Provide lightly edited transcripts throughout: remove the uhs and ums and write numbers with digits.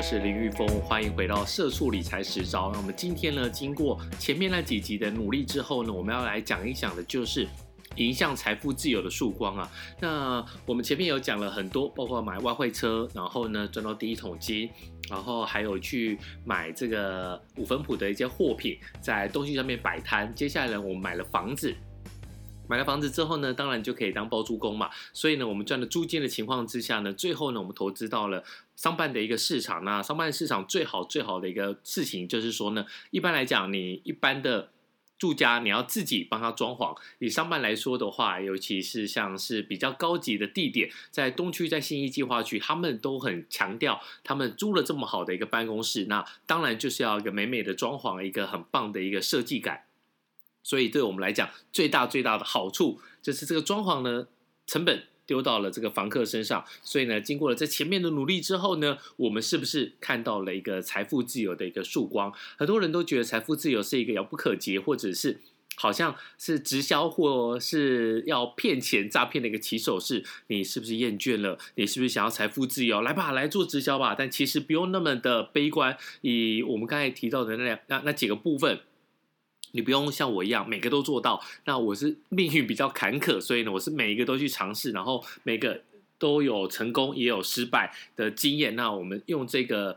是林裕峰，欢迎回到社畜理财实招。那我们今天呢，经过前面那几集的努力之后呢，我们要来讲一讲的就是迎向财富自由的曙光啊。那我们前面有讲了很多，包括买外汇车，然后呢赚到第一桶金，然后还有去买这个五分埔的一些货品，在东西上面摆摊。接下来呢，我们买了房子。买了房子之后呢，当然就可以当包租公嘛。所以呢，我们赚了租金的情况之下呢，最后呢，我们投资到了商办的一个市场。那商办市场最好的一个事情就是说呢，一般来讲，你一般的住家你要自己帮他装潢。以商办来说的话，尤其是像是比较高级的地点，在东区、在信义计划区，他们都很强调，他们租了这么好的一个办公室，那当然就是要一个美美的装潢，一个很棒的一个设计感。所以对我们来讲，最大的好处就是这个装潢呢，成本丢到了这个房客身上。所以呢，经过了这前面的努力之后呢，我们是不是看到了一个财富自由的一个曙光？很多人都觉得财富自由是一个遥不可及，或者是好像是直销或是要骗钱诈骗的一个起手式。你是不是厌倦了？你是不是想要财富自由？来吧，来做直销吧。但其实不用那么的悲观。以我们刚才提到的那几个部分，你不用像我一样每个都做到。那我是命运比较坎坷，所以呢，我是每一个都去尝试，然后每个都有成功也有失败的经验。那我们用这个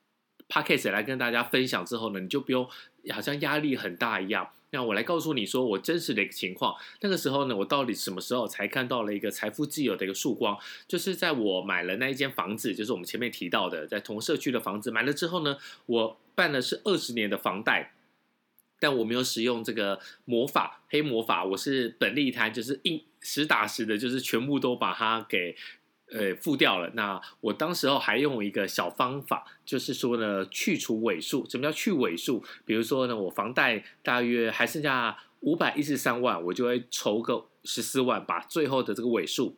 podcast 来跟大家分享之后呢，你就不用好像压力很大一样。那我来告诉你说我真实的一个情况。那个时候呢，我到底什么时候才看到了一个财富自由的一个曙光？就是在我买了那一间房子，就是我们前面提到的在同社区的房子买了之后呢，我办的是20年的房贷。但我没有使用这个黑魔法，我是本利摊，就是实打实的，就是全部都把它给付掉了。那我当时候还用一个小方法，就是说呢，去除尾数。什么叫去尾数？比如说呢，我房贷大约还剩下513万，我就会筹个14万，把最后的这个尾数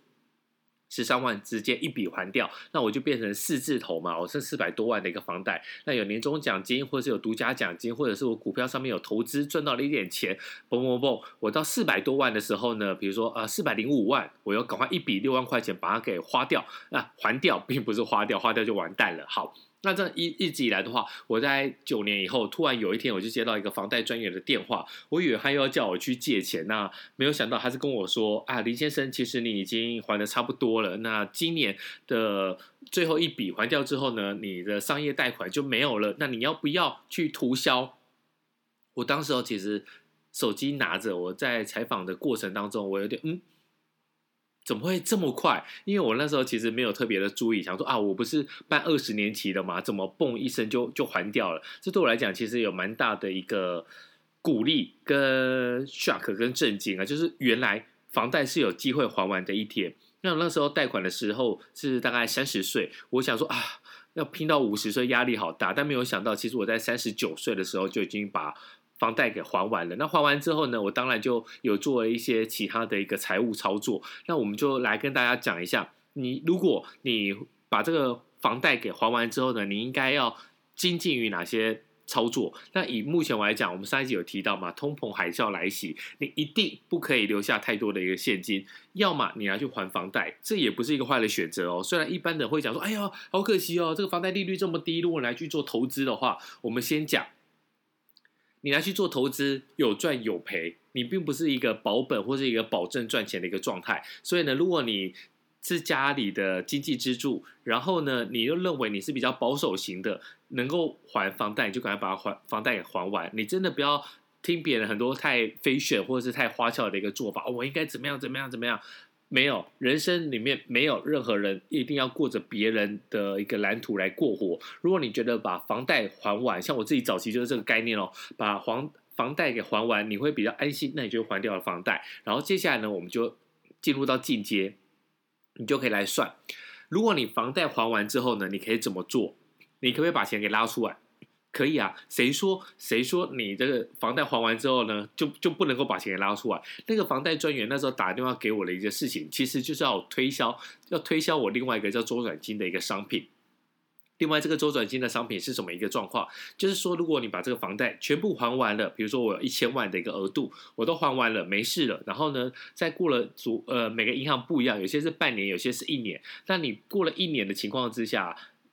13万直接一笔还掉。那我就变成4字头嘛，我剩400多万的一个房贷。那有年终奖金，或者是有独家奖金，或者是我股票上面有投资赚到了一点钱，我到400多万的时候呢，比如说405万，我要赶快一笔6万块钱把它给花掉，还掉，并不是花掉，花掉就完蛋了。好。那这一直以来的话，我在9年以后，突然有一天我就接到一个房贷专员的电话，我以为他又要叫我去借钱，那没有想到他是跟我说林先生，其实你已经还的差不多了，那今年的最后一笔还掉之后呢，你的商业贷款就没有了，那你要不要去涂销？我当时其实手机拿着，我在采访的过程当中，我有点怎么会这么快？因为我那时候其实没有特别的注意，想说我不是办20年期的嘛，怎么蹦一声就还掉了？这对我来讲其实有蛮大的一个鼓励跟 shock 跟震惊啊，就是原来房贷是有机会还完的一天。那我那时候贷款的时候是大概30岁，我想说要拼到50岁压力好大，但没有想到其实我在39岁的时候就已经把房贷给还完了。那还完之后呢，我当然就有做了一些其他的一个财务操作。那我们就来跟大家讲一下，如果你把这个房贷给还完之后呢，你应该要精进于哪些操作？那以目前来讲，我们上一集有提到嘛，通膨海啸来袭，你一定不可以留下太多的一个现金，要么你拿去还房贷，这也不是一个坏的选择哦。虽然一般人会讲说，哎呀，好可惜哦，这个房贷利率这么低，如果拿去做投资的话，我们先讲。你拿去做投资有赚有赔，你并不是一个保本或是一个保证赚钱的一个状态。所以呢，如果你是家里的经济支柱，然后呢，你又认为你是比较保守型的，能够还房贷，你就赶快把房贷给还完。你真的不要听别人很多太fashion或者是太花俏的一个做法，我应该怎么样怎么样怎么样。没有，人生里面没有任何人一定要过着别人的一个蓝图来过活。如果你觉得把房贷还完，像我自己早期就是这个概念哦，把房贷给还完，你会比较安心，那你就还掉了房贷。然后接下来呢，我们就进入到进阶，你就可以来算，如果你房贷还完之后呢，你可以怎么做？你可不可以把钱给拉出来？可以啊，谁说你这个房贷还完之后呢，就不能够把钱给拉出来？那个房贷专员那时候打电话给我的一件事情，其实就是要推销我另外一个叫周转金的一个商品。另外，这个周转金的商品是什么一个状况？就是说，如果你把这个房贷全部还完了，比如说我有1000万的一个额度，我都还完了，没事了。然后呢，再过了每个银行不一样，有些是半年，有些是1年。那你过了1年的情况之下，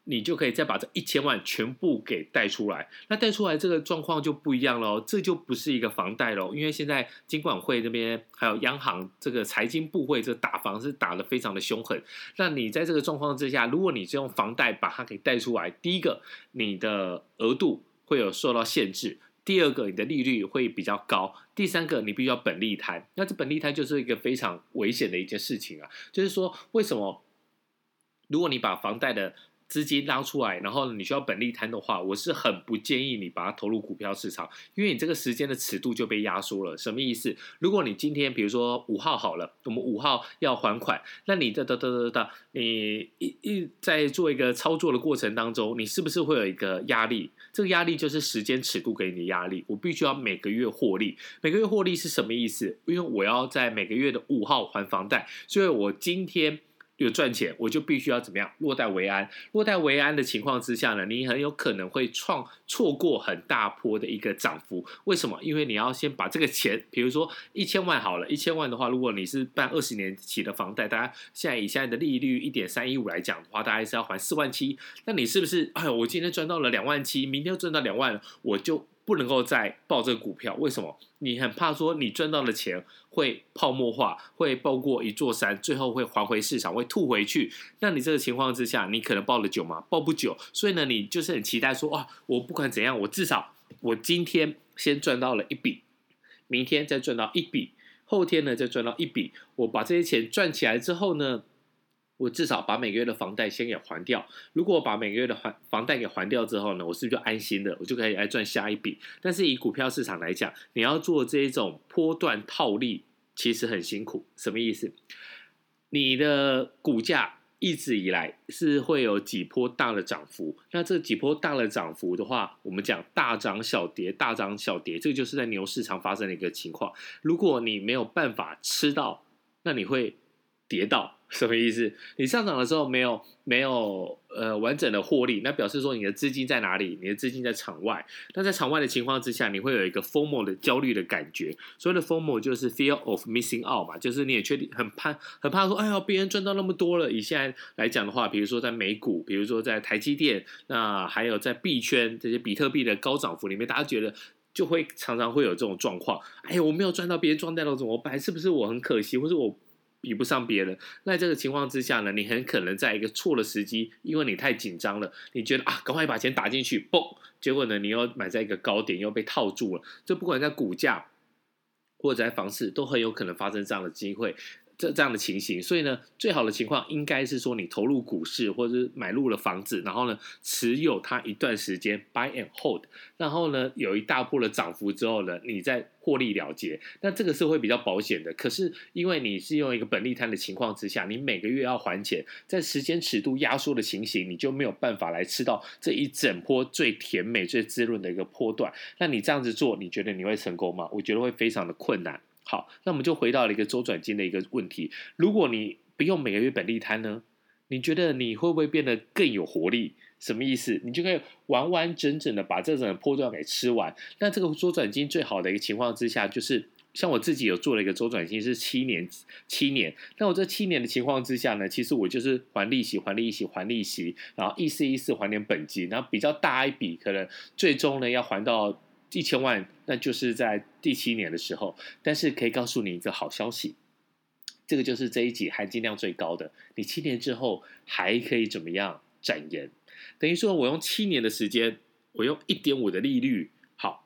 你就可以再把这1000万全部给贷出来。那贷出来这个状况就不一样了，这就不是一个房贷了，因为现在金管会这边还有央行这个财经部会这打房是打得非常的凶狠。那你在这个状况之下，如果你是用房贷把它给贷出来，第一个你的额度会有受到限制，第二个你的利率会比较高，第三个你必须要本利摊。那这本利摊就是一个非常危险的一件事情啊，就是说为什么如果你把房贷的资金拉出来，然后你需要本利摊的话，我是很不建议你把它投入股票市场，因为你这个时间的尺度就被压缩了。什么意思？如果你今天比如说5号好了，我们5号要还款，那你你在做一个操作的过程当中，你是不是会有一个压力？这个压力就是时间尺度给你的压力，我必须要每个月获利。每个月获利是什么意思？因为我要在每个月的5号还房贷，所以我今天有赚钱，我就必须要怎么样落袋为安。落袋为安的情况之下呢，你很有可能会错过很大波的一个涨幅。为什么？因为你要先把这个钱，比如说1000万好了，1000万的话，如果你是办20年期的房贷，大家以现在的利率1.315来讲的话，大概是要还47000。那你是不是？哎呦，我今天赚到了27000，明天又赚到2万了，我就不能够再报这个股票？为什么？你很怕说你赚到的钱会泡沫化，会爆过一座山，最后会还回市场，会吐回去。那你这个情况之下，你可能抱得久吗？抱不久。所以呢，你就是很期待说，哇，我不管怎样，我至少我今天先赚到了一笔，明天再赚到一笔，后天呢再赚到一笔。我把这些钱赚起来之后呢，我至少把每个月的房贷先给还掉。如果我把每个月的房贷给还掉之后呢，我是不是就安心了？我就可以来赚下一笔。但是以股票市场来讲，你要做这一种波段套利，其实很辛苦。什么意思？你的股价一直以来是会有几波大的涨幅，那这几波大的涨幅的话，我们讲大涨小跌，大涨小跌，这个就是在牛市场发生的一个情况。如果你没有办法吃到，那你会跌到。什么意思？你上涨的时候没有完整的获利，那表示说你的资金在哪里？你的资金在场外。那在场外的情况之下，你会有一个 FOMO 的焦虑的感觉。所谓的 FOMO 就是 Fear of Missing Out 嘛，就是你也确定很怕说，哎呀，别人赚到那么多了。以现在来讲的话，比如说在美股，比如说在台积电，那还有在币圈这些比特币的高涨幅里面，大家觉得就会常常会有这种状况。哎，我没有赚到，别人赚到了怎么办？是不是我很可惜，或是我比不上别人？那这个情况之下呢，你很可能在一个错的时机，因为你太紧张了，你觉得啊，赶快把钱打进去，嘣，结果呢，你又买在一个高点，又被套住了。这不管在股价或者在房市，都很有可能发生这样的机会。这样的情形，所以呢，最好的情况应该是说你投入股市或者是买入了房子，然后呢持有它一段时间 buy and hold， 然后呢有一大波的涨幅之后呢，你再获利了结，那这个是会比较保险的。可是因为你是用一个本利摊的情况之下，你每个月要还钱，在时间尺度压缩的情形，你就没有办法来吃到这一整波最甜美、最滋润的一个波段。那你这样子做，你觉得你会成功吗？我觉得会非常的困难。好，那我们就回到了一个周转金的一个问题。如果你不用每个月本利摊呢，你觉得你会不会变得更有活力？什么意思？你就可以完完整整的把这整个波段给吃完。那这个周转金最好的一个情况之下，就是像我自己有做了一个周转金是7年。那我这7年的情况之下呢，其实我就是还利息，然后一次还点本金，然后比较大一笔，可能最终呢要还到1000万，那就是在第7年的时候。但是可以告诉你一个好消息，这个就是这一集含金量最高的，你7年之后还可以怎么样展延？等于说我用7年的时间，我用1.5的利率，好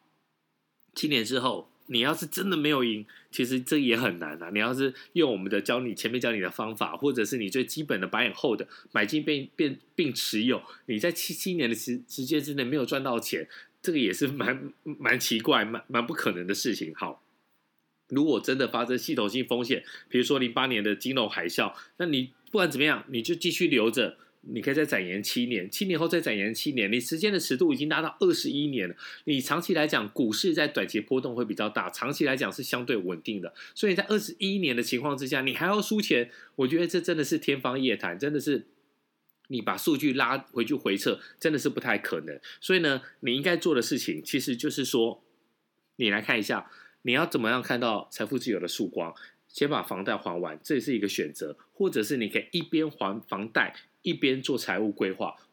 ，7年之后你要是真的没有赢，其实这也很难啊。你要是用我们的前面教你的方法，或者是你最基本的buy and hold买进并持有，你在7年的时间之内没有赚到钱，这个也是蛮奇怪、蛮不可能的事情。好，如果真的发生系统性风险，比如说08年的金融海啸，那你不管怎么样，你就继续留着。你可以再展延7年，7年后再展延7年，你时间的尺度已经达到21年了。你长期来讲，股市在短期波动会比较大，长期来讲是相对稳定的。所以在21年的情况之下，你还要输钱，我觉得这真的是天方夜谭，真的是你把数据拉回去回测，真的是不太可能。所以呢，你应该做的事情，其实就是说，你来看一下，你要怎么样看到财富自由的曙光？先把房贷还完，这也是一个选择，或者是你可以一边还房贷，一边做财务规划，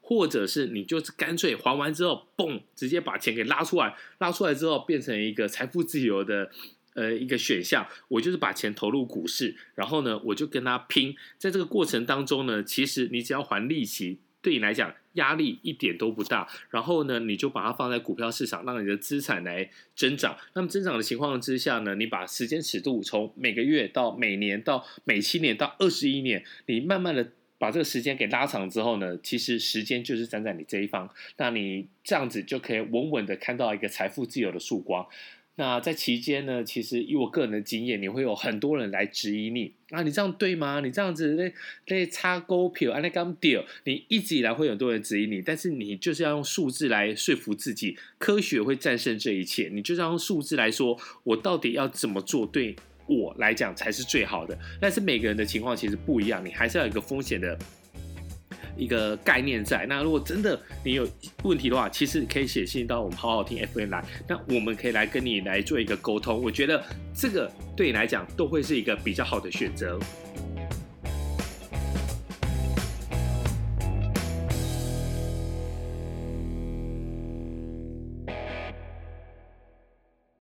或者是你就是干脆还完之后，嘣，直接把钱给拉出来，拉出来之后变成一个财富自由的一个选项。我就是把钱投入股市，然后呢，我就跟他拼。在这个过程当中呢，其实你只要还利息，对你来讲压力一点都不大。然后呢，你就把它放在股票市场，让你的资产来增长。那么增长的情况之下呢，你把时间尺度从每个月到每年到每7年到21年，你慢慢的把这个时间给拉长之后呢，其实时间就是站在你这一方，那你这样子就可以稳稳的看到一个财富自由的曙光。那在期间呢，其实以我个人的经验，你会有很多人来质疑你啊，你这样对吗？你这样子在插股票，那刚丢，你一直以来会有很多人质疑你，但是你就是要用数字来说服自己，科学会战胜这一切。你就是要用数字来说，我到底要怎么做对我来讲才是最好的。但是每个人的情况其实不一样，你还是要有一个风险的一个概念在。那如果真的你有问题的话，其实可以写信到我们好好听 FM 来，那我们可以来跟你来做一个沟通。我觉得这个对你来讲都会是一个比较好的选择。